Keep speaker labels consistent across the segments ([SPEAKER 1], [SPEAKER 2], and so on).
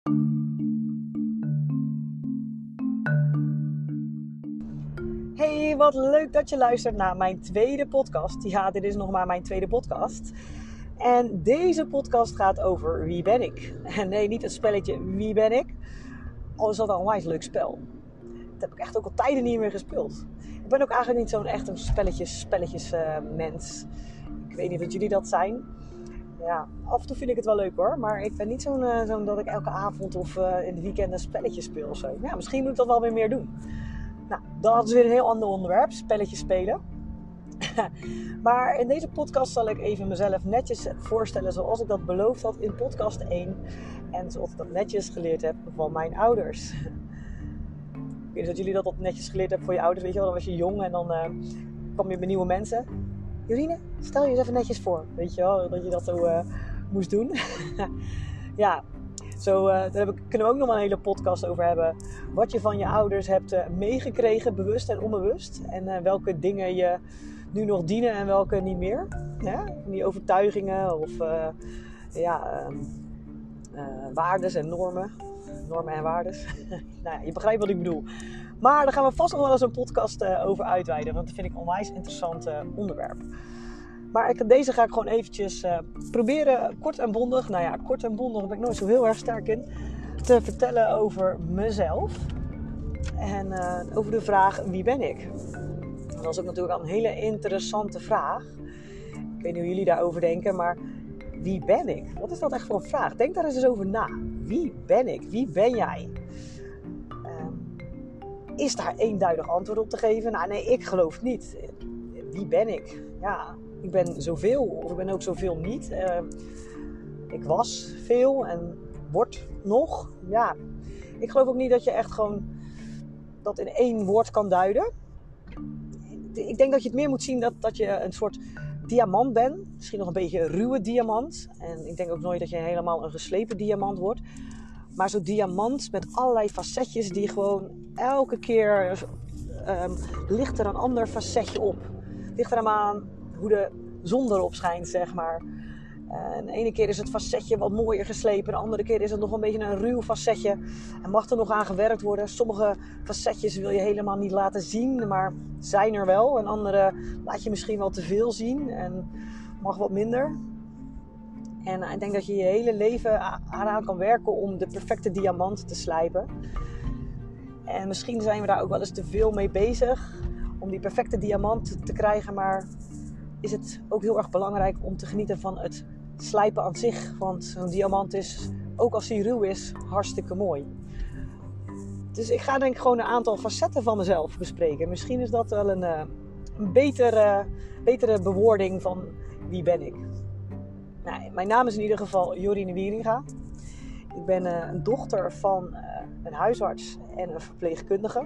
[SPEAKER 1] Hey, wat leuk dat je luistert naar mijn tweede podcast. Ja, dit is nog maar mijn tweede podcast. En deze podcast gaat over wie ben ik. En nee, niet het spelletje wie ben ik. Al is dat een onwijs leuk spel. Dat heb ik echt ook al tijden niet meer gespeeld. Ik ben ook eigenlijk niet zo'n echt een spelletjes mens. Ik weet niet of jullie dat zijn. Ja, af en toe vind ik het wel leuk hoor. Maar ik ben niet zo'n dat ik elke avond of in de weekenden spelletjes speel of zo. Ja, misschien moet ik dat wel weer meer doen. Nou, dat is weer een heel ander onderwerp, spelletjes spelen. Maar in deze podcast zal ik even mezelf netjes voorstellen zoals ik dat beloofd had in podcast 1. En zoals ik dat netjes geleerd heb van mijn ouders. Ik weet niet of jullie dat netjes geleerd hebben voor je ouders. Weet je wel, dan was je jong en dan kwam je bij nieuwe mensen. Jorine, stel je eens even netjes voor. Weet je wel, dat je dat zo moest doen. Ja. Daar kunnen we ook nog wel een hele podcast over hebben. Wat je van je ouders hebt meegekregen, bewust en onbewust. En welke dingen je nu nog dienen en welke niet meer. Ja? Die overtuigingen of waardes en normen. Normen en waardes. Nou ja, je begrijpt wat ik bedoel. Maar daar gaan we vast nog wel eens een podcast over uitweiden. Want dat vind ik een onwijs interessant onderwerp. Maar deze ga ik gewoon eventjes proberen kort en bondig. Nou ja, kort en bondig ben ik nooit zo heel erg sterk in. Te vertellen over mezelf. En over de vraag wie ben ik? En dat is ook natuurlijk al een hele interessante vraag. Ik weet niet hoe jullie daarover denken, maar wie ben ik? Wat is dat echt voor een vraag? Denk daar eens over na. Wie ben ik? Wie ben jij? Is daar eenduidig antwoord op te geven? Nou nee, ik geloof niet. Wie ben ik? Ja, ik ben zoveel of ik ben ook zoveel niet. Ik was veel en word nog. Ja, ik geloof ook niet dat je echt gewoon dat in één woord kan duiden. Ik denk dat je het meer moet zien dat je een soort diamant bent. Misschien nog een beetje een ruwe diamant. En ik denk ook nooit dat je helemaal een geslepen diamant wordt. Maar zo'n diamant met allerlei facetjes die gewoon elke keer ligt er een ander facetje op. Ligt er aan hoe de zon erop schijnt, zeg maar. En de ene keer is het facetje wat mooier geslepen. De andere keer is het nog een beetje een ruw facetje. En mag er nog aan gewerkt worden. Sommige facetjes wil je helemaal niet laten zien, maar zijn er wel. En andere laat je misschien wel te veel zien en mag wat minder. En ik denk dat je je hele leven aan kan werken om de perfecte diamant te slijpen. En misschien zijn we daar ook wel eens te veel mee bezig om die perfecte diamant te krijgen. Maar is het ook heel erg belangrijk om te genieten van het slijpen aan zich. Want zo'n diamant is, ook als hij ruw is, hartstikke mooi. Dus ik ga denk ik gewoon een aantal facetten van mezelf bespreken. Misschien is dat wel een betere bewoording van wie ben ik. Nou, mijn naam is in ieder geval Jorine Wieringa. Ik ben een dochter van een huisarts en een verpleegkundige.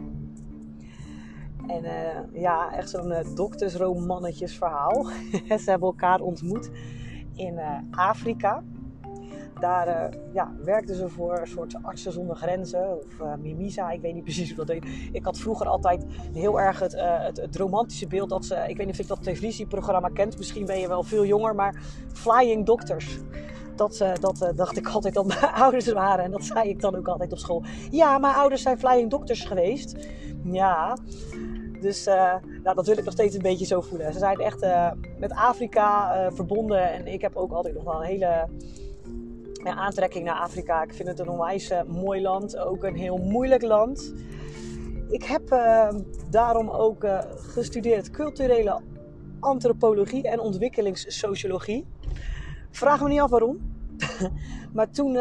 [SPEAKER 1] En echt zo'n doktersromannetjesverhaal. Ze hebben elkaar ontmoet in Afrika. Daar werkten ze voor een soort Artsen zonder Grenzen of Mimisa, ik weet niet precies hoe dat heet. Ik had vroeger altijd heel erg het romantische beeld dat ze, ik weet niet of je dat televisieprogramma kent, misschien ben je wel veel jonger, maar Flying Doctors. Dat dacht ik altijd dat mijn ouders waren en dat zei ik dan ook altijd op school. Ja, mijn ouders zijn Flying Doctors geweest. Ja, dus dat wil ik nog steeds een beetje zo voelen. Ze zijn echt met Afrika verbonden en ik heb ook altijd nog wel een hele aantrekking naar Afrika. Ik vind het een onwijs mooi land, ook een heel moeilijk land. Ik heb daarom ook gestudeerd culturele antropologie en ontwikkelingssociologie. Vraag me niet af waarom. Maar toen,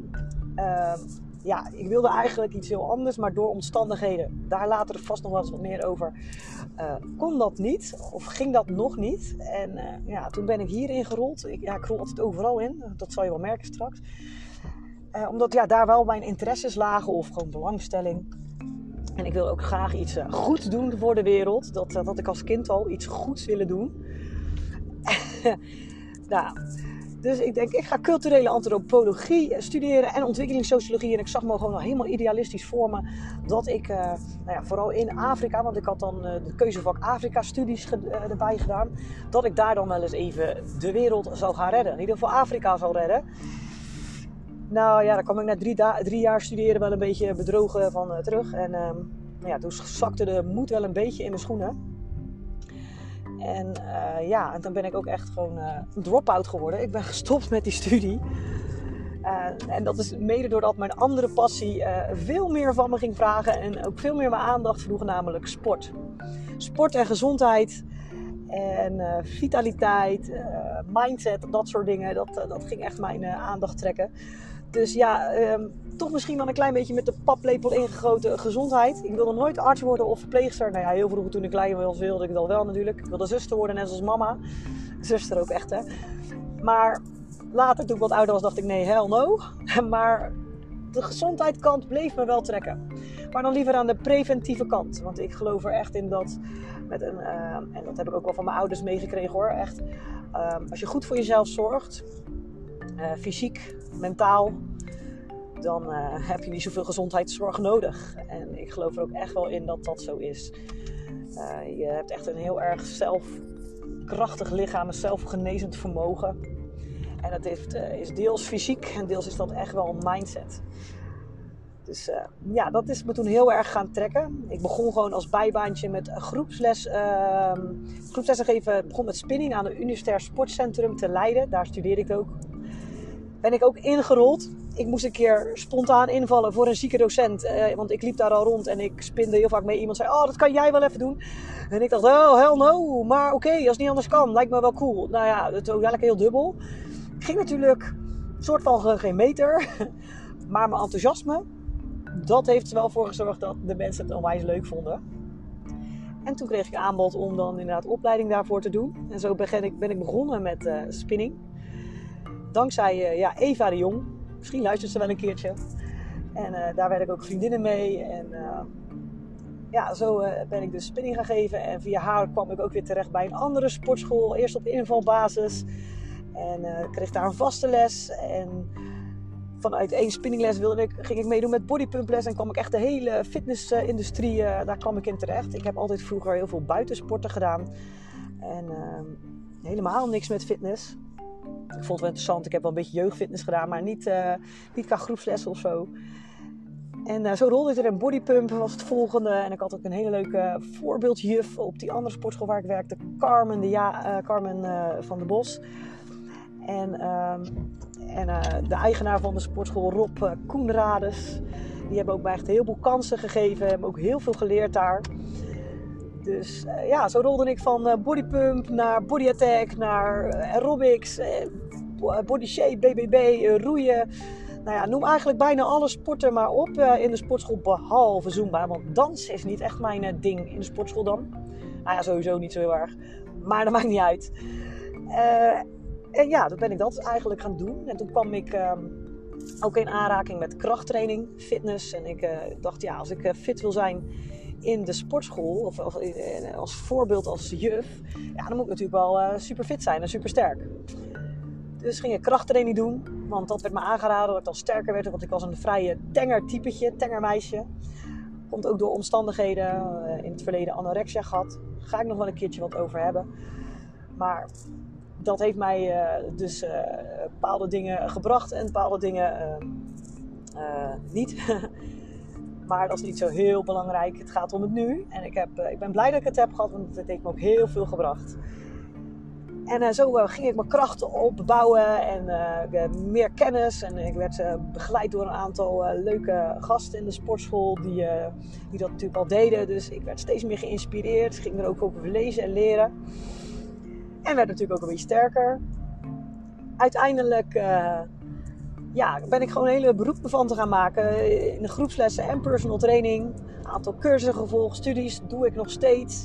[SPEAKER 1] ik wilde eigenlijk iets heel anders, maar door omstandigheden, daar later vast nog wel eens wat meer over, kon dat niet, of ging dat nog niet. En toen ben ik hierin gerold. Ik rol altijd overal in, dat zal je wel merken straks. Omdat daar wel mijn interesses lagen, of gewoon belangstelling. En ik wil ook graag iets goeds doen voor de wereld. Dat had ik als kind al iets goeds willen doen. Dus ik denk, ik ga culturele antropologie studeren en ontwikkelingssociologie. En ik zag me gewoon al helemaal idealistisch voor me dat ik, vooral in Afrika, want ik had dan de keuzevak Afrika-studies erbij gedaan, dat ik daar dan wel eens even de wereld zou gaan redden. In ieder geval Afrika zou redden. Nou ja, daar kwam ik na 3 jaar studeren wel een beetje bedrogen van terug. En toen zakte de moed wel een beetje in mijn schoenen. En en toen ben ik ook echt gewoon een drop-out geworden. Ik ben gestopt met die studie. En dat is mede doordat mijn andere passie veel meer van me ging vragen. En ook veel meer mijn aandacht vroeg, namelijk sport. Sport en gezondheid. En vitaliteit, mindset, dat soort dingen. Dat ging echt mijn aandacht trekken. Dus ja, toch misschien wel een klein beetje met de paplepel ingegoten gezondheid. Ik wilde nooit arts worden of verpleegster. Nou ja, heel vroeger toen ik klein was wilde ik dat wel natuurlijk. Ik wilde zuster worden, net zoals mama. Zuster ook echt, hè. Maar later, toen ik wat ouder was, dacht ik nee, hell no. Maar de gezondheidskant bleef me wel trekken. Maar dan liever aan de preventieve kant. Want ik geloof er echt in dat en dat heb ik ook wel van mijn ouders meegekregen hoor. Echt, als je goed voor jezelf zorgt, fysiek, mentaal, dan heb je niet zoveel gezondheidszorg nodig. En ik geloof er ook echt wel in dat dat zo is. Je hebt echt een heel erg zelfkrachtig lichaam, een zelfgenezend vermogen. En dat is deels fysiek en deels is dat echt wel een mindset. Dus dat is me toen heel erg gaan trekken. Ik begon gewoon als bijbaantje met groepslessen geven. Ik begon met spinning aan het Universitair Sportcentrum te Leiden. Daar studeerde ik ook. Ben ik ook ingerold. Ik moest een keer spontaan invallen voor een zieke docent. Want ik liep daar al rond en ik spinde heel vaak mee. Iemand zei, dat kan jij wel even doen. En ik dacht, oh, hell no. Maar oké, als het niet anders kan, lijkt me wel cool. Nou ja, dat is ook eigenlijk heel dubbel. Ik ging natuurlijk een soort van geen meter. Maar mijn enthousiasme, dat heeft er wel voor gezorgd dat de mensen het onwijs leuk vonden. En toen kreeg ik aanbod om dan inderdaad opleiding daarvoor te doen. En zo ben ik begonnen met spinning. Dankzij Eva de Jong. Misschien luistert ze wel een keertje. En daar werd ik ook vriendinnen mee. En zo ben ik dus spinning gaan geven. En via haar kwam ik ook weer terecht bij een andere sportschool. Eerst op invalbasis. En kreeg daar een vaste les. En vanuit 1 spinningles ging ik meedoen met bodypumples. En kwam ik echt de hele fitnessindustrie, daar kwam ik in terecht. Ik heb altijd vroeger heel veel buitensporten gedaan. En helemaal niks met fitness. Ik vond het wel interessant. Ik heb wel een beetje jeugdfitness gedaan, maar niet qua groepslessen of zo. En zo rolde ik er een bodypump was het volgende. En ik had ook een hele leuke voorbeeldjuf op die andere sportschool waar ik werkte. Carmen van de Bos. En de eigenaar van de sportschool, Rob Koenrades. Die hebben ook mij echt heel veel kansen gegeven. Hebben ook heel veel geleerd daar. Dus zo rolde ik van bodypump naar body attack, naar aerobics, body shape, BBB, roeien. Nou ja, noem eigenlijk bijna alle sporten maar op in de sportschool behalve Zumba. Want dansen is niet echt mijn ding in de sportschool dan. Nou ja, sowieso niet zo heel erg. Maar dat maakt niet uit. Toen ben ik dat eigenlijk gaan doen. En toen kwam ik ook in aanraking met krachttraining, fitness. En ik dacht, als ik fit wil zijn in de sportschool, of als voorbeeld als juf, dan moet ik natuurlijk wel super fit zijn en super sterk. Dus ging ik krachttraining doen, want dat werd me aangeraden dat ik dan sterker werd, want ik was een vrije tengermeisje. Komt ook door omstandigheden, in het verleden anorexia gehad. Daar ga ik nog wel een keertje wat over hebben. Maar dat heeft mij bepaalde dingen gebracht en bepaalde dingen niet. Maar dat is niet zo heel belangrijk. Het gaat om het nu. En ik ben blij dat ik het heb gehad, want het heeft me ook heel veel gebracht. En zo ging ik mijn krachten opbouwen en meer kennis. En ik werd begeleid door een aantal leuke gasten in de sportschool die dat natuurlijk al deden. Dus ik werd steeds meer geïnspireerd. Ging er ook over lezen en leren. En werd natuurlijk ook een beetje sterker. Uiteindelijk ben ik gewoon een hele beroep van te gaan maken. In de groepslessen en personal training. Een aantal cursussen gevolgd, studies doe ik nog steeds.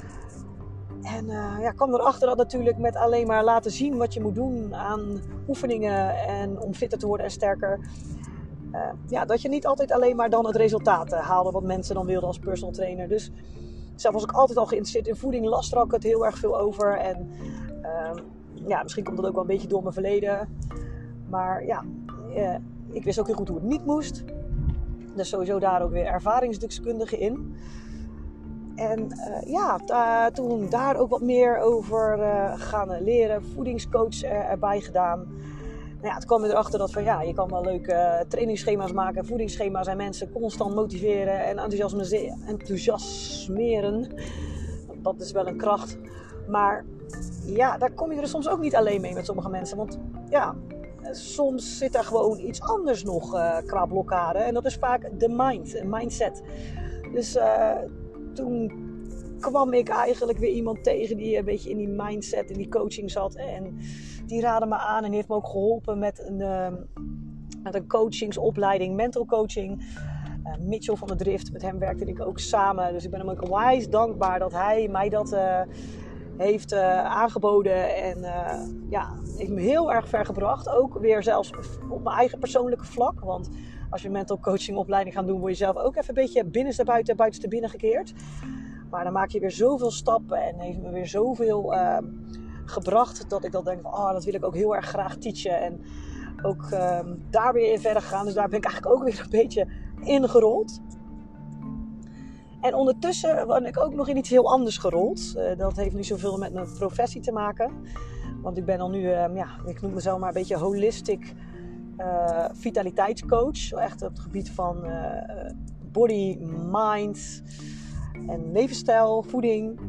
[SPEAKER 1] En kwam erachter dat natuurlijk met alleen maar laten zien wat je moet doen aan oefeningen en om fitter te worden en sterker. Dat je niet altijd alleen maar dan het resultaat haalde wat mensen dan wilden als personal trainer. Dus zelf was ik altijd al geïnteresseerd in voeding, las er ook het heel erg veel over. En misschien komt dat ook wel een beetje door mijn verleden. Maar ik wist ook heel goed hoe het niet moest. Dus sowieso daar ook weer ervaringsdeskundige in. En toen daar ook wat meer over gaan leren. Voedingscoach erbij gedaan. Nou ja, toen kwam ik erachter dat je kan wel leuke trainingsschema's maken, voedingsschema's en mensen constant motiveren en enthousiasmeren. Dat is wel een kracht. Maar ja, daar kom je er soms ook niet alleen mee met sommige mensen. Want ja, soms zit er gewoon iets anders nog qua blokkade. En dat is vaak de mindset. Dus toen kwam ik eigenlijk weer iemand tegen die een beetje in die mindset, in die coaching zat. En die raadde me aan en heeft me ook geholpen met een coachingsopleiding, mental coaching. Mitchell van der Drift, met hem werkte ik ook samen. Dus ik ben hem ook onwijs dankbaar dat hij mij dat heeft aangeboden. En heeft me heel erg ver gebracht. Ook weer zelfs op mijn eigen persoonlijke vlak. Want als je een mental coaching opleiding gaat doen, word je zelf ook even een beetje binnenste buiten, buitenste binnen gekeerd. Maar dan maak je weer zoveel stappen en heeft me weer zoveel gebracht dat ik dan denk van, dat wil ik ook heel erg graag teachen. En ook daar weer in verder gaan. Dus daar ben ik eigenlijk ook weer een beetje ingerold. En ondertussen ben ik ook nog in iets heel anders gerold. Dat heeft niet zoveel met mijn professie te maken. Want ik ben dan nu, ik noem mezelf maar een beetje holistic vitaliteitscoach. Echt op het gebied van body, mind en levensstijl, voeding.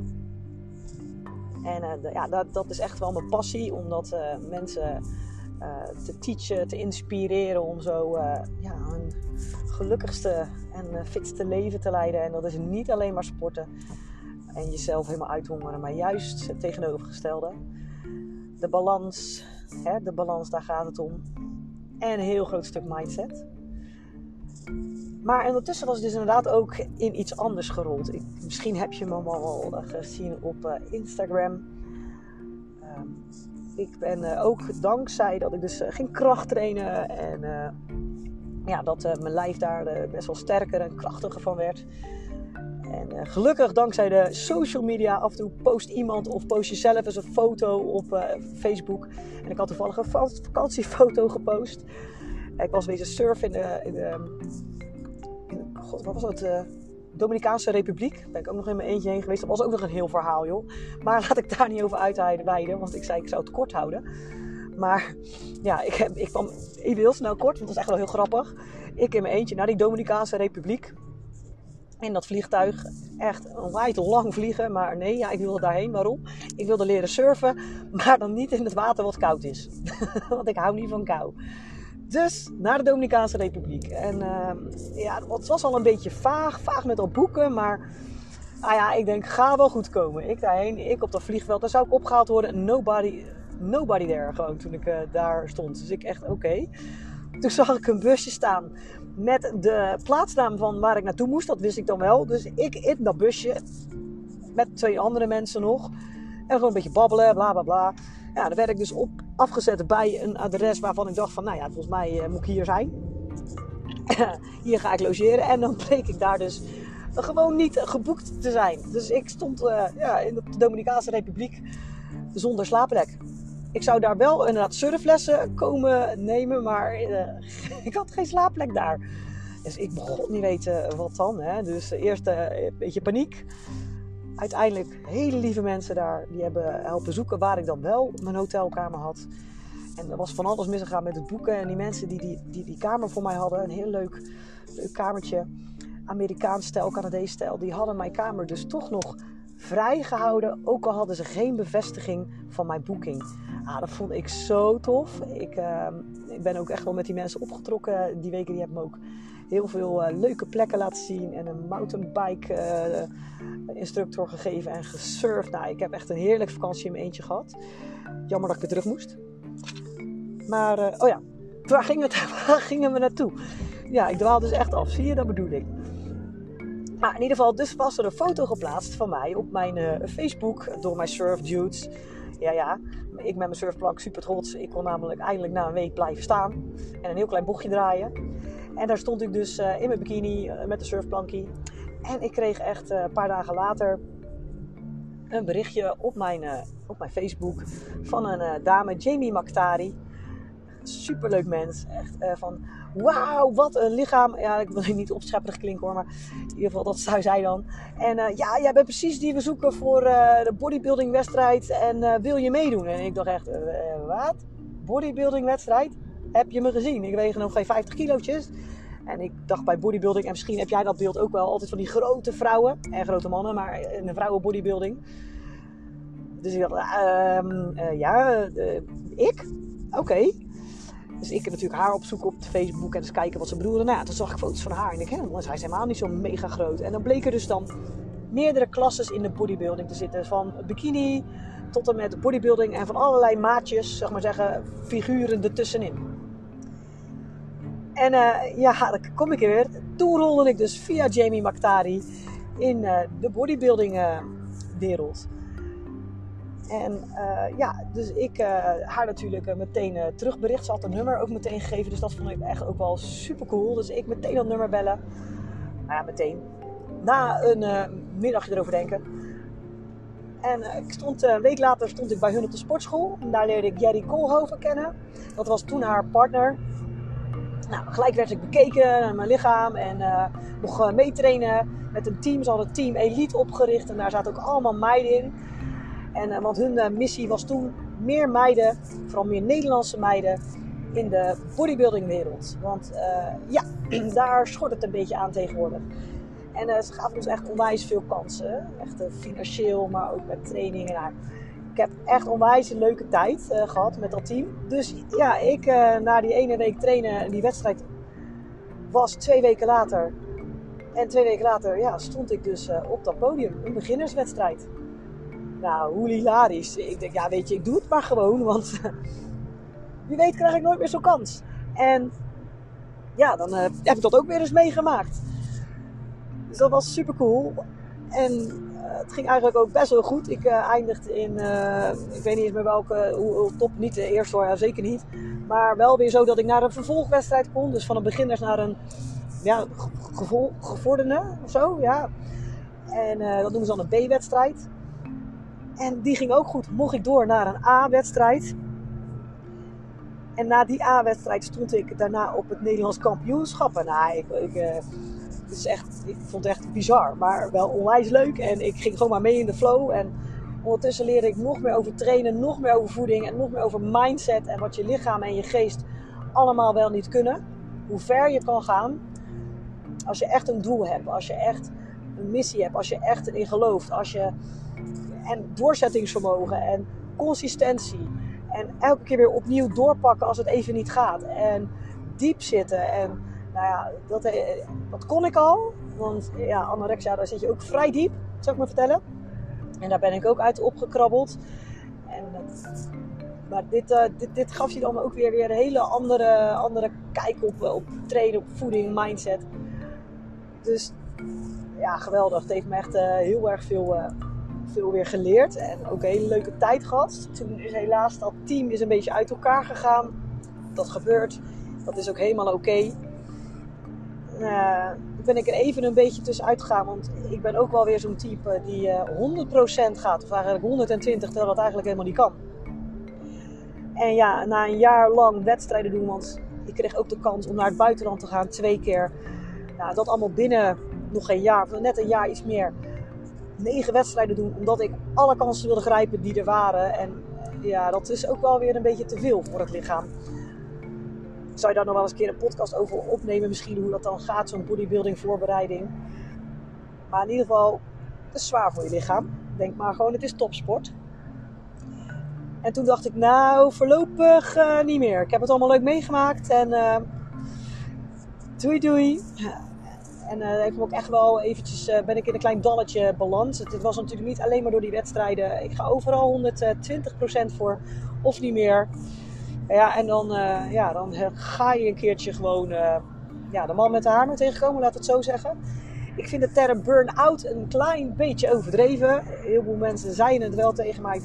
[SPEAKER 1] En dat is echt wel mijn passie. Om dat mensen te teachen, te inspireren. Om zo een gelukkigste en fitste leven te leiden. En dat is niet alleen maar sporten en jezelf helemaal uithongeren, maar juist het tegenovergestelde. De balans, daar gaat het om. En een heel groot stuk mindset. Maar ondertussen was ik dus inderdaad ook in iets anders gerold. Misschien heb je me al gezien op Instagram. Ik ben ook dankzij dat ik dus ging krachttrainen en dat mijn lijf daar best wel sterker en krachtiger van werd. En gelukkig dankzij de social media, af en toe post iemand of post je zelf eens een foto op Facebook. En ik had toevallig een vakantiefoto gepost. Ik was wezen surfen Dominicaanse Republiek. Daar ben ik ook nog in mijn eentje heen geweest. Dat was ook nog een heel verhaal, joh. Maar laat ik daar niet over uitweiden, want ik zei ik zou het kort houden. Maar ja, ik kwam even heel snel kort, want dat is echt wel heel grappig. Ik in mijn eentje naar die Dominicaanse Republiek. In dat vliegtuig. Echt een waait lang vliegen. Maar nee, ik wilde daarheen. Waarom? Ik wilde leren surfen. Maar dan niet in het water wat koud is. Want ik hou niet van kou. Dus naar de Dominicaanse Republiek. En het was al een beetje vaag met al boeken. Maar ik denk, ga wel goed komen. Ik daarheen, ik op dat vliegveld. Daar zou ik opgehaald worden. Nobody there gewoon toen ik daar stond. Dus ik echt, oké. Toen zag ik een busje staan met de plaatsnaam van waar ik naartoe moest. Dat wist ik dan wel. Dus ik in dat busje met 2 andere mensen nog. En gewoon een beetje babbelen, bla bla bla. Ja, dan werd ik dus afgezet bij een adres waarvan ik dacht van, volgens mij moet ik hier zijn. Hier ga ik logeren. En dan bleek ik daar dus gewoon niet geboekt te zijn. Dus ik stond in de Dominicaanse Republiek zonder slaapplek. Ik zou daar wel inderdaad surflessen komen nemen, maar ik had geen slaapplek daar. Dus ik begon niet weten wat dan. Hè. Dus eerst een beetje paniek. Uiteindelijk hele lieve mensen daar, die hebben helpen zoeken waar ik dan wel mijn hotelkamer had. En er was van alles misgegaan met het boeken. En die mensen die kamer voor mij hadden, een heel leuk kamertje. Amerikaans stijl, Canadees stijl. Die hadden mijn kamer dus toch nog vrijgehouden. Ook al hadden ze geen bevestiging van mijn boeking. Dat vond ik zo tof. Ik ben ook echt wel met die mensen opgetrokken. Die weken die hebben me ook heel veel leuke plekken laten zien. En een mountainbike instructor gegeven en gesurfd. Ik heb echt een heerlijke vakantie in mijn eentje gehad. Jammer dat ik weer terug moest. Maar, waar gingen we naartoe? Ja, ik dwaal dus echt af. Zie je, dat bedoel ik. Maar in ieder geval, dus was er een foto geplaatst van mij op mijn Facebook door mijn surf dudes. Ja, ik met mijn surfplank super trots. Ik kon namelijk eindelijk na een week blijven staan en een heel klein bochtje draaien. En daar stond ik dus in mijn bikini met de surfplankie. En ik kreeg echt een paar dagen later een berichtje op mijn Facebook van een dame, Jamie Makhtari. Superleuk mens. Echt van, wauw, wat een lichaam. Ja, ik wil niet opschepperig klinken hoor, maar in ieder geval, dat zei zij dan. En jij bent precies die we zoeken voor de bodybuilding wedstrijd en wil je meedoen? En ik dacht echt, wat? bodybuilding wedstrijd heb je me gezien. Ik weeg nog geen 50 kilootjes. En ik dacht bij bodybuilding, en misschien heb jij dat beeld ook wel, altijd van die grote vrouwen en grote mannen, maar in een vrouwen bodybuilding. Dus ik dacht, ik? Oké. Dus ik heb natuurlijk haar opzoeken op Facebook en eens kijken wat ze bedoelde. Nou ja, toen zag ik foto's van haar en ik dacht, zij is helemaal niet zo mega groot. En dan bleken dus dan meerdere klasses in de bodybuilding te zitten. Van bikini tot en met bodybuilding en van allerlei maatjes, zeg maar zeggen, figuren ertussenin. En dan kom ik weer. Toen rolde ik dus via Jamie Mactari in de bodybuilding wereld. En dus ik haar natuurlijk meteen terugbericht. Ze had een nummer ook meteen gegeven. Dus dat vond ik echt ook wel super cool. Dus ik meteen dat nummer bellen. Nou ja, meteen. Na een middagje erover denken. En een week later stond ik bij hun op de sportschool. En daar leerde ik Jerry Koolhoven kennen. Dat was toen haar partner. Nou, gelijk werd ik bekeken naar mijn lichaam. En nog meetrainen met een team. Ze hadden Team Elite opgericht. En daar zaten ook allemaal meiden in. En, want hun missie was toen meer meiden, vooral meer Nederlandse meiden, in de bodybuildingwereld. Want daar schort het een beetje aan tegenwoordig. En ze gaven ons echt onwijs veel kansen. Echt financieel, maar ook met trainingen. Nou, ik heb echt onwijs een leuke tijd gehad met dat team. Dus ja, ik na die ene week trainen, die wedstrijd was 2 weken later. En 2 weken later stond ik dus op dat podium, een beginnerswedstrijd. Nou, hoe hilarisch. Ik denk, weet je, ik doe het maar gewoon, want wie weet krijg ik nooit meer zo'n kans. En ja, dan heb ik dat ook weer eens meegemaakt. Dus dat was super cool. En het ging eigenlijk ook best wel goed. Ik eindigde in, ik weet niet eens meer hoe top, niet de eerste hoor, zeker niet. Maar wel weer zo dat ik naar een vervolgwedstrijd kon. Dus van een beginners naar een gevorderde of zo, ja. En dat noemen ze dan een B-wedstrijd. En die ging ook goed. Mocht ik door naar een A-wedstrijd. En na die A-wedstrijd stond ik daarna op het Nederlands kampioenschap. En ik vond het echt bizar. Maar wel onwijs leuk. En ik ging gewoon maar mee in de flow. En ondertussen leerde ik nog meer over trainen. Nog meer over voeding. En nog meer over mindset. En wat je lichaam en je geest allemaal wel niet kunnen. Hoe ver je kan gaan. Als je echt een doel hebt. Als je echt een missie hebt. Als je echt erin gelooft. En doorzettingsvermogen en consistentie. En elke keer weer opnieuw doorpakken als het even niet gaat. En diep zitten. En nou ja, dat kon ik al. Want ja, anorexia, daar zit je ook vrij diep, zou ik maar vertellen. En daar ben ik ook uit opgekrabbeld. Maar dit gaf je dan ook weer een hele andere kijk op trainen, op voeding, mindset. Dus ja, geweldig. Het heeft me echt heel erg veel weer geleerd en ook een hele leuke tijd gehad. Toen is helaas dat team een beetje uit elkaar gegaan. Dat gebeurt. Dat is ook helemaal oké. Ben ik er even een beetje tussenuit gegaan. Want ik ben ook wel weer zo'n type die 100% gaat. Of eigenlijk 120, terwijl dat eigenlijk helemaal niet kan. En ja, na een jaar lang wedstrijden doen. Want ik kreeg ook de kans om naar het buitenland te gaan 2 keer. Nou, dat allemaal binnen nog geen jaar. Of net een jaar iets meer. 9 wedstrijden doen, omdat ik alle kansen wilde grijpen die er waren. En ja, dat is ook wel weer een beetje te veel voor het lichaam. Zou je daar nog wel eens een keer een podcast over opnemen, misschien hoe dat dan gaat, zo'n bodybuilding voorbereiding. Maar in ieder geval, het is zwaar voor je lichaam. Denk maar gewoon, het is topsport. En toen dacht ik, nou, voorlopig niet meer. Ik heb het allemaal leuk meegemaakt en doei. En heeft me ook echt wel eventjes, ben ik in een klein dalletje beland. Het was natuurlijk niet alleen maar door die wedstrijden. Ik ga overal 120% voor, of niet meer. Ja, en dan ga je een keertje gewoon de man met de hamer tegenkomen, laat het zo zeggen. Ik vind de term burn-out een klein beetje overdreven. Heel veel mensen zeiden het wel tegen mij.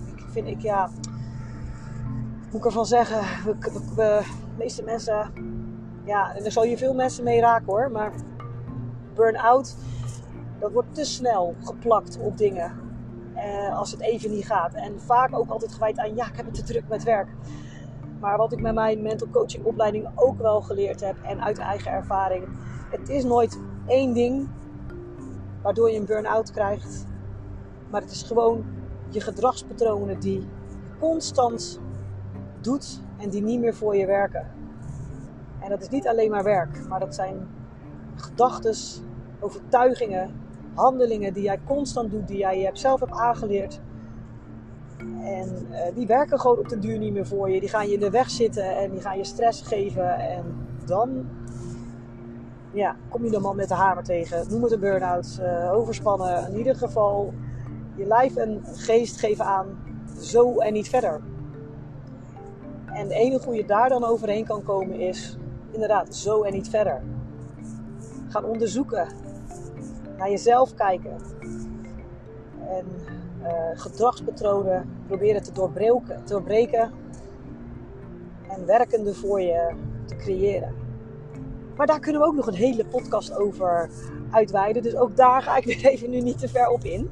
[SPEAKER 1] Moet ik ervan zeggen, de meeste mensen, ja, en er zal je veel mensen mee raken hoor, maar burn-out, dat wordt te snel geplakt op dingen als het even niet gaat. En vaak ook altijd gewijd aan, ik heb het te druk met werk. Maar wat ik met mijn mental coaching opleiding ook wel geleerd heb en uit eigen ervaring, het is nooit één ding waardoor je een burn-out krijgt. Maar het is gewoon je gedragspatronen die je constant doet En die niet meer voor je werken. En dat is niet alleen maar werk. Maar dat zijn gedachten, overtuigingen, handelingen die jij constant doet. Die jij zelf hebt aangeleerd. En die werken gewoon op de duur niet meer voor je. Die gaan je in de weg zitten en die gaan je stress geven. En dan kom je de man met de hamer tegen. Noem het een burn-out, overspannen. In ieder geval je lijf en geest geven aan zo en niet verder. En de enige hoe je daar dan overheen kan komen is inderdaad zo en niet verder. Gaan onderzoeken. Naar jezelf kijken. En gedragspatronen proberen te doorbreken. En werkende voor je te creëren. Maar daar kunnen we ook nog een hele podcast over uitweiden. Dus ook daar ga ik weer even nu niet te ver op in.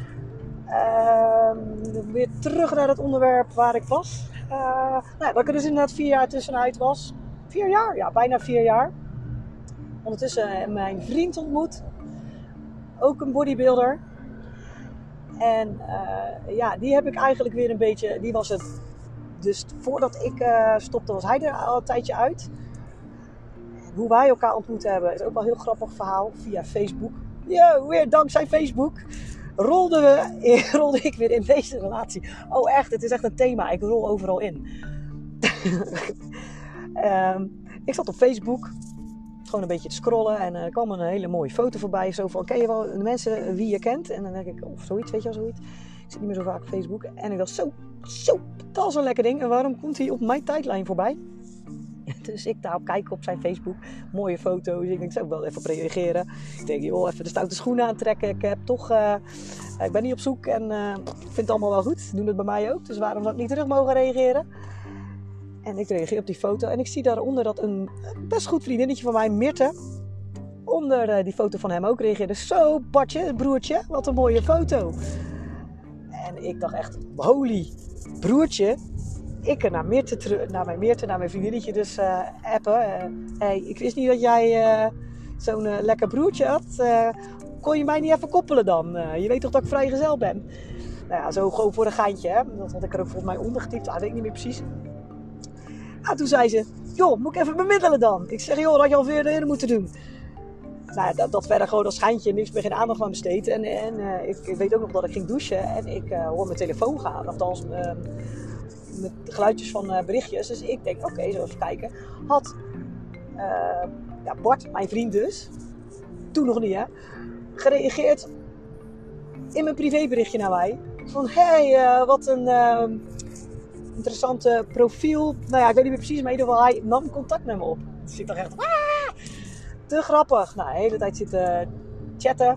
[SPEAKER 1] Weer terug naar het onderwerp waar ik was. Dat ik er dus inderdaad 4 jaar tussenuit was. 4 jaar? Ja, bijna 4 jaar. Ondertussen mijn vriend ontmoet. Ook een bodybuilder. En die heb ik eigenlijk weer een beetje... Die was het... Dus voordat ik stopte was hij er al een tijdje uit. En hoe wij elkaar ontmoet hebben is ook wel een heel grappig verhaal. Via Facebook. Weer dankzij Facebook. Rolde ik weer in deze relatie. Oh echt, het is echt een thema. Ik rol overal in. Ik zat op Facebook. Gewoon een beetje te scrollen. En er kwam een hele mooie foto voorbij. Zo van, ken je wel de mensen wie je kent? En dan denk ik, of zoiets, weet je wel, zoiets. Ik zit niet meer zo vaak op Facebook. En ik dacht, dat is een lekker ding. En waarom komt hij op mijn tijdlijn voorbij? Dus ik daarop kijken op zijn Facebook. Mooie foto's. Ik denk, zou ik wel even op reageren. Ik denk, even de stoute schoenen aantrekken. Ik heb toch... ik ben niet op zoek. En ik vind het allemaal wel goed. Doen het bij mij ook. Dus waarom zou ik niet terug mogen reageren? En ik reageer op die foto. En ik zie daaronder dat een best goed vriendinnetje van mij, Mirte, onder die foto van hem ook reageerde. Zo, Bartje, broertje, wat een mooie foto. En ik dacht echt, holy, broertje. Ik naar mijn vriendinnetje dus appen. Hey, ik wist niet dat jij zo'n lekker broertje had. Kon je mij niet even koppelen dan? Je weet toch dat ik vrijgezel ben? Nou ja, zo gewoon voor een geintje. Hè? Dat had ik er ook volgens mij ondergetypt. Dat weet ik niet meer precies. Toen zei ze, joh, moet ik even bemiddelen dan? Ik zeg, joh, dat had je al veel eerder moeten doen. Nou, dat verder gewoon als schijntje, niks meer, geen aandacht aan besteed. En ik weet ook nog dat ik ging douchen en ik hoor mijn telefoon gaan. Althans, met geluidjes van berichtjes. Dus ik denk, oké, zo even kijken. Had Bart, mijn vriend dus, toen nog niet hè, gereageerd in mijn privéberichtje naar mij. Van, wat een... interessante profiel. Nou ja, ik weet niet meer precies, maar in ieder geval hij nam contact met me op. Dus ik dacht echt, te grappig. Nou, de hele tijd zitten chatten.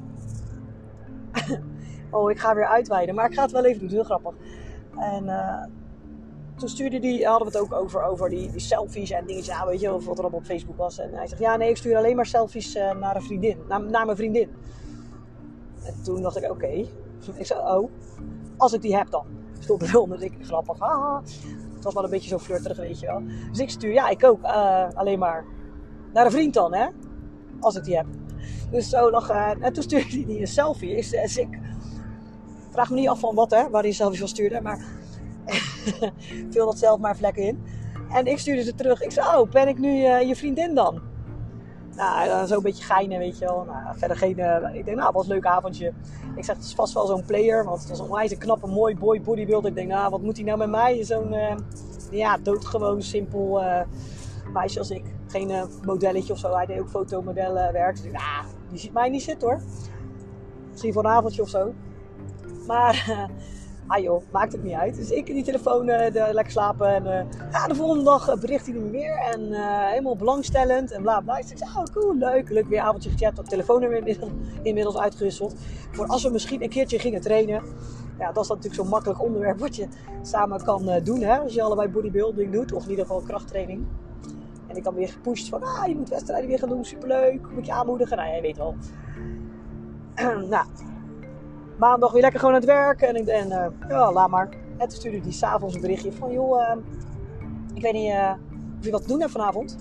[SPEAKER 1] Oh, ik ga weer uitweiden, maar ik ga het wel even doen, heel grappig. En toen hadden we het ook over die selfies en dingetjes, weet je, of wat er allemaal op Facebook was. En hij zegt, ja nee, ik stuur alleen maar selfies naar een vriendin, naar mijn vriendin. En toen dacht ik, oké. Ik zei, oh, als ik die heb dan. Stond eronder, dus ik grappig, het was wel een beetje zo flirterig, weet je wel. Dus ik stuur, ik ook, alleen maar naar een vriend dan, hè. Als ik die heb. Dus zo nog, en toen stuurde hij een selfie. Dus ik vraag me niet af van wat, hè, waar hij selfies van stuurde, maar vul dat zelf maar vlekken in. En ik stuurde ze terug. Ik zei, oh, ben ik nu je vriendin dan? Nou, zo'n beetje geinen, weet je wel. Nou, verder geen... ik denk, wat een leuk avondje. Ik zeg, het is vast wel zo'n player. Want het was een onwijs knappe, mooi bodybuilder. Ik denk, wat moet hij nou met mij? Zo'n, doodgewoon, simpel meisje als ik. Geen modelletje of zo. Hij deed ook fotomodellenwerk. Dus ik dacht, die ziet mij niet zitten hoor. Misschien voor een avondje of zo. Maar... joh, maakt het niet uit. Dus ik in die telefoon lekker slapen. En de volgende dag bericht hij me weer. En helemaal belangstellend. En bla bla. Dus ik zei, cool, leuk weer een avondje gechat. Op telefoonnummer inmiddels uitgewisseld. Voor als we misschien een keertje gingen trainen. Ja, dat is natuurlijk zo'n makkelijk onderwerp wat je samen kan doen. Hè? Als je allebei bodybuilding doet. Of in ieder geval krachttraining. En ik dan weer gepusht van, je moet wedstrijden weer gaan doen. Superleuk. Moet je aanmoedigen. Nou, je weet wel. Maandag weer lekker gewoon aan het werk. En laat maar. En toen stuurde hij s'avonds een berichtje van... joh, ik weet niet of je wat te doen hebt vanavond.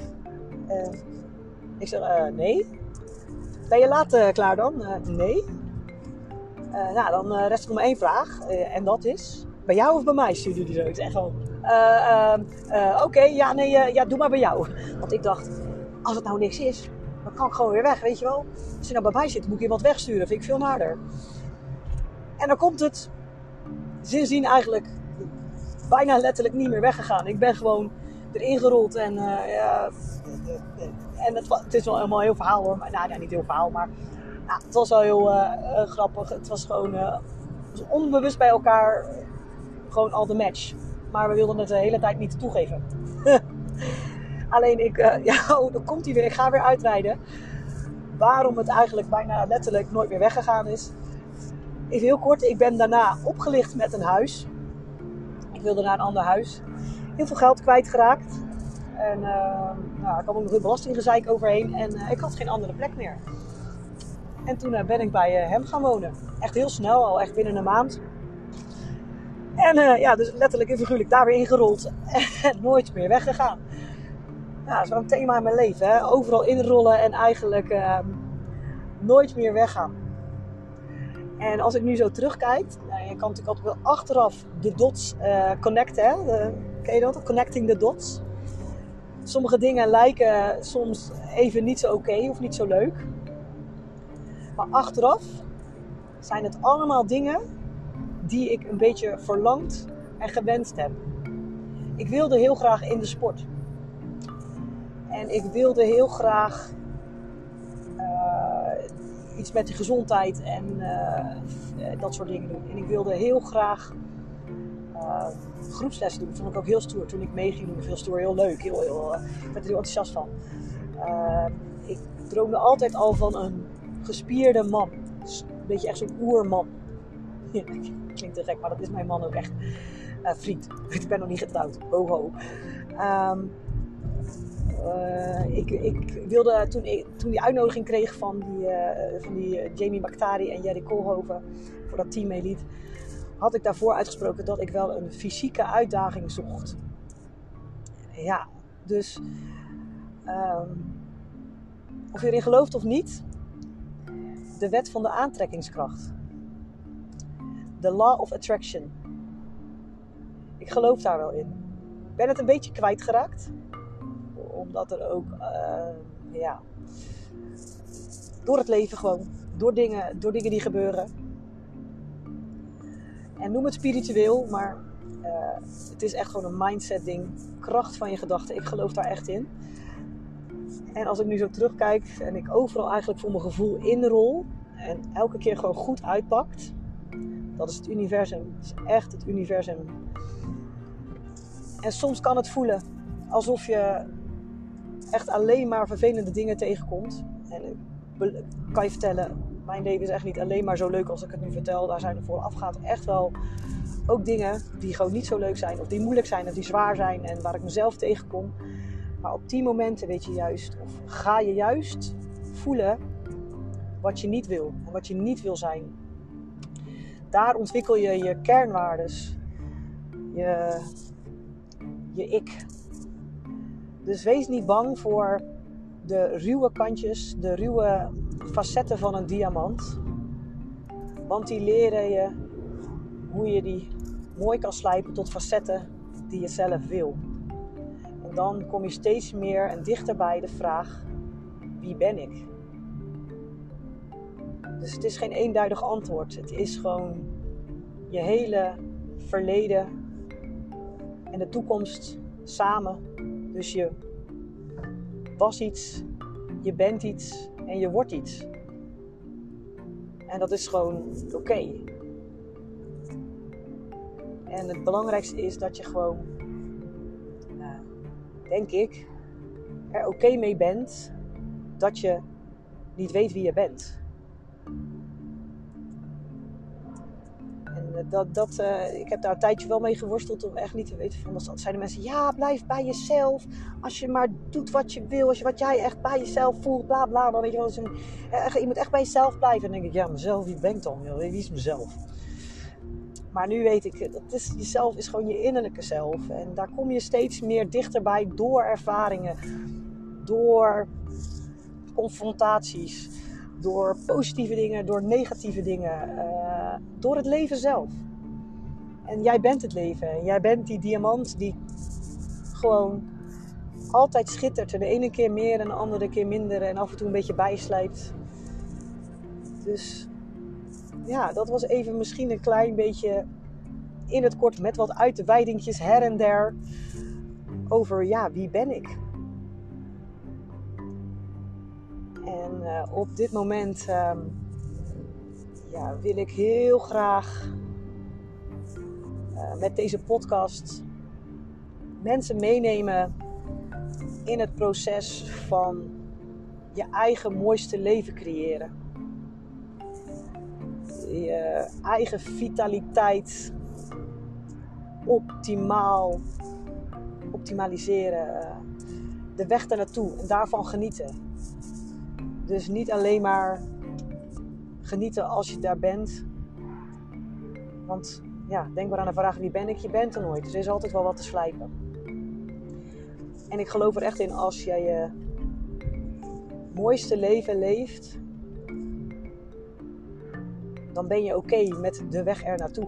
[SPEAKER 1] Ik zeg, nee. Ben je laat klaar dan? Nee. Dan rest er nog maar 1 vraag. En dat is... bij jou of bij mij, stuurde hij zo. Ik zeg gewoon... Oké, ja, nee, ja, doe maar bij jou. Want ik dacht, als het nou niks is, dan kan ik gewoon weer weg, weet je wel. Als je nou bij mij zit, moet ik iemand wegsturen. Vind ik veel naarder. En dan komt het sindsdien eigenlijk bijna letterlijk niet meer weggegaan. Ik ben gewoon erin gerold en het is wel helemaal een heel verhaal hoor. Maar, nou, niet heel verhaal, maar het was wel heel grappig. Het was gewoon onbewust bij elkaar gewoon al de match. Maar we wilden het de hele tijd niet toegeven. Alleen dan komt hij weer. Ik ga weer uitrijden. Waarom het eigenlijk bijna letterlijk nooit meer weggegaan is. Even heel kort. Ik ben daarna opgelicht met een huis. Ik wilde naar een ander huis. Heel veel geld kwijtgeraakt. En er kwam ook nog een belastinggezeik overheen. En ik had geen andere plek meer. En toen ben ik bij hem gaan wonen. Echt heel snel. Al echt binnen een maand. En dus letterlijk en figuurlijk daar weer ingerold. En nooit meer weggegaan. Ja, dat is wel een thema in mijn leven. Hè? Overal inrollen en eigenlijk nooit meer weggaan. En als ik nu zo terugkijk. Je kan natuurlijk altijd wel achteraf de dots connecten. Hè? Ken je dat? Connecting the dots. Sommige dingen lijken soms even niet zo oké of niet zo leuk. Maar achteraf zijn het allemaal dingen die ik een beetje verlangd en gewenst heb. Ik wilde heel graag in de sport. En ik wilde heel graag iets met de gezondheid en dat soort dingen doen. En ik wilde heel graag groepslessen doen. Dat vond ik ook heel stoer toen ik mee ging doen. Heel stoer, heel leuk. Ik werd er heel enthousiast van. Ik droomde altijd al van een gespierde man. Dus een beetje echt zo'n oerman. Ja, klinkt te gek, maar dat is mijn man ook echt. Vriend. Ik ben nog niet getrouwd. Ho ho. Ik wilde, toen die uitnodiging kreeg van die Jamie Bakhtari en Jerry Koolhoven voor dat Team Elite, had ik daarvoor uitgesproken dat ik wel een fysieke uitdaging zocht. Ja, dus of je erin gelooft of niet, de wet van de aantrekkingskracht. The law of attraction. Ik geloof daar wel in. Ik ben het een beetje kwijtgeraakt. Omdat er ook, door het leven gewoon, door dingen die gebeuren. En noem het spiritueel, maar het is echt gewoon een mindset ding. Kracht van je gedachten, ik geloof daar echt in. En als ik nu zo terugkijk en ik overal eigenlijk voor mijn gevoel inrol en elke keer gewoon goed uitpakt, dat is het universum. Dat is echt het universum. En soms kan het voelen alsof je echt alleen maar vervelende dingen tegenkomt. En ik kan je vertellen, mijn leven is echt niet alleen maar zo leuk als ik het nu vertel. Daar zijn er voorafgaand echt wel ook dingen die gewoon niet zo leuk zijn. Of die moeilijk zijn of die zwaar zijn en waar ik mezelf tegenkom. Maar op die momenten weet je juist, of ga je juist voelen wat je niet wil. En wat je niet wil zijn. Daar ontwikkel je je kernwaardes. Je ik. Dus wees niet bang voor de ruwe kantjes, de ruwe facetten van een diamant. Want die leren je hoe je die mooi kan slijpen tot facetten die je zelf wil. En dan kom je steeds meer en dichter bij de vraag, wie ben ik? Dus het is geen eenduidig antwoord. Het is gewoon je hele verleden en de toekomst samen. Dus je was iets, je bent iets en je wordt iets. En dat is gewoon oké. En het belangrijkste is dat je gewoon, denk ik, er oké mee bent dat je niet weet wie je bent. En ik heb daar een tijdje wel mee geworsteld om echt niet te weten van. Dan zeiden mensen, ja, blijf bij jezelf. Als je maar doet wat je wil, wat jij echt bij jezelf voelt, bla bla. Dan weet je wel, je moet echt bij jezelf blijven. En dan denk ik, ja, mezelf, wie ben ik dan? Wie is mezelf? Maar nu weet ik, jezelf is gewoon je innerlijke zelf. En daar kom je steeds meer dichterbij door ervaringen, door confrontaties, door positieve dingen, door negatieve dingen, door het leven zelf. En jij bent het leven. Jij bent die diamant die gewoon altijd schittert. En de ene keer meer en de andere keer minder. En af en toe een beetje bijslijpt. Dus ja, dat was even misschien een klein beetje in het kort met wat uitweidingjes her en der. Over ja, wie ben ik? En op dit moment wil ik heel graag met deze podcast mensen meenemen in het proces van je eigen mooiste leven creëren. Je eigen vitaliteit optimaliseren. De weg daarnaartoe en daarvan genieten. Dus niet alleen maar genieten als je daar bent. Want ja, denk maar aan de vraag, wie ben ik? Je bent er nooit. Dus er is altijd wel wat te slijpen. En ik geloof er echt in, als jij je mooiste leven leeft, dan ben je oké met de weg er naartoe.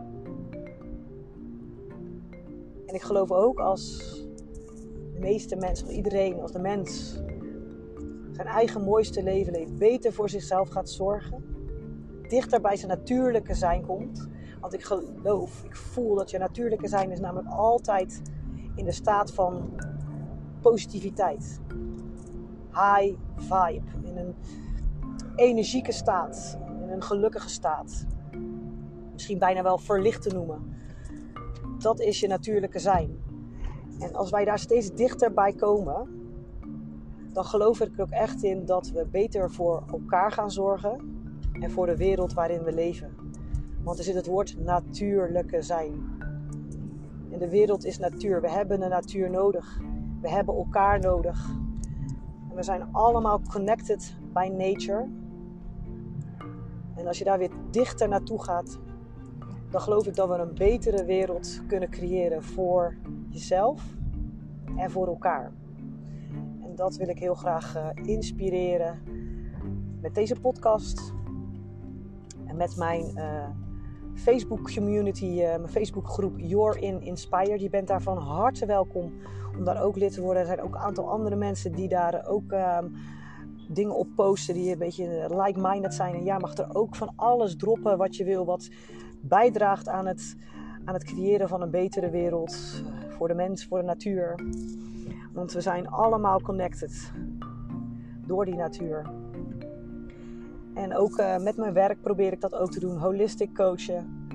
[SPEAKER 1] En ik geloof ook, als de meeste mensen, iedereen, als de mens zijn eigen mooiste leven leeft, beter voor zichzelf gaat zorgen, dichter bij zijn natuurlijke zijn komt. Want ik voel dat je natuurlijke zijn is namelijk altijd in de staat van positiviteit. High vibe. In een energieke staat. In een gelukkige staat. Misschien bijna wel verlicht te noemen. Dat is je natuurlijke zijn. En als wij daar steeds dichter bij komen, dan geloof ik er ook echt in dat we beter voor elkaar gaan zorgen en voor de wereld waarin we leven. Want er zit het woord natuurlijke zijn. En de wereld is natuur. We hebben de natuur nodig. We hebben elkaar nodig. En we zijn allemaal connected by nature. En als je daar weer dichter naartoe gaat, dan geloof ik dat we een betere wereld kunnen creëren voor jezelf en voor elkaar. En dat wil ik heel graag inspireren met deze podcast en met mijn Facebook community, mijn Facebook groep You're in Inspired. Je bent daar van harte welkom om daar ook lid te worden. Er zijn ook een aantal andere mensen die daar ook dingen op posten die een beetje like-minded zijn. En jij mag er ook van alles droppen wat je wil, wat bijdraagt aan het creëren van een betere wereld voor de mens, voor de natuur. Want we zijn allemaal connected door die natuur. En ook met mijn werk probeer ik dat ook te doen. Holistic coachen.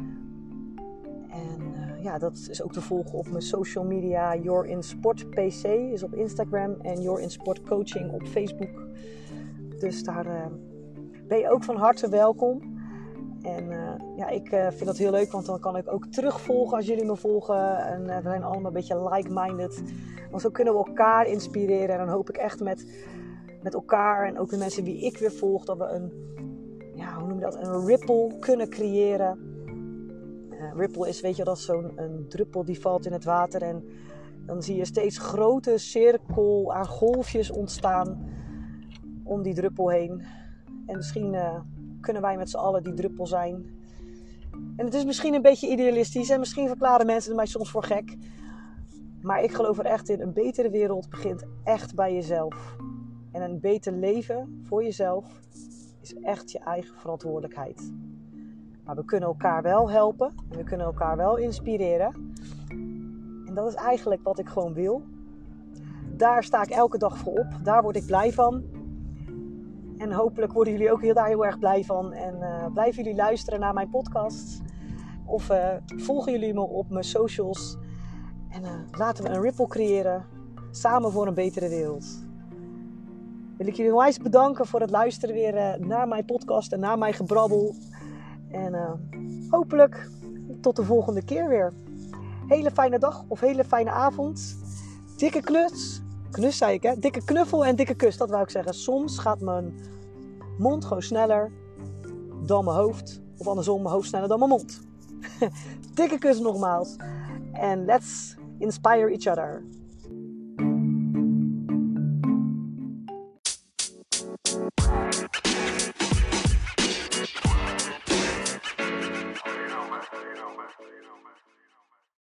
[SPEAKER 1] En dat is ook te volgen op mijn social media. You're in Sport PC is op Instagram. En You're in Sport Coaching op Facebook. Dus daar ben je ook van harte welkom. En ik vind dat heel leuk. Want dan kan ik ook terugvolgen als jullie me volgen. En we zijn allemaal een beetje like-minded. Want zo kunnen we elkaar inspireren. En dan hoop ik echt met elkaar en ook de mensen die ik weer volg, dat we een ripple kunnen creëren. Ripple is, weet je, dat is een druppel die valt in het water en dan zie je steeds grote cirkel aan golfjes ontstaan om die druppel heen. En misschien kunnen wij met z'n allen die druppel zijn. En het is misschien een beetje idealistisch en misschien verklaren mensen mij soms voor gek. Maar ik geloof er echt in, een betere wereld begint echt bij jezelf. En een beter leven voor jezelf is echt je eigen verantwoordelijkheid. Maar we kunnen elkaar wel helpen. En we kunnen elkaar wel inspireren. En dat is eigenlijk wat ik gewoon wil. Daar sta ik elke dag voor op. Daar word ik blij van. En hopelijk worden jullie ook daar heel erg blij van. En blijven jullie luisteren naar mijn podcast. Of volgen jullie me op mijn socials. En laten we een ripple creëren. Samen voor een betere wereld. Wil ik jullie onwijs bedanken voor het luisteren weer naar mijn podcast en naar mijn gebrabbel. En hopelijk tot de volgende keer weer. Hele fijne dag of hele fijne avond. Dikke knus zei ik hè. Dikke knuffel en dikke kus, dat wou ik zeggen. Soms gaat mijn mond gewoon sneller dan mijn hoofd. Of andersom, mijn hoofd sneller dan mijn mond. Dikke kus nogmaals. En let's inspire each other.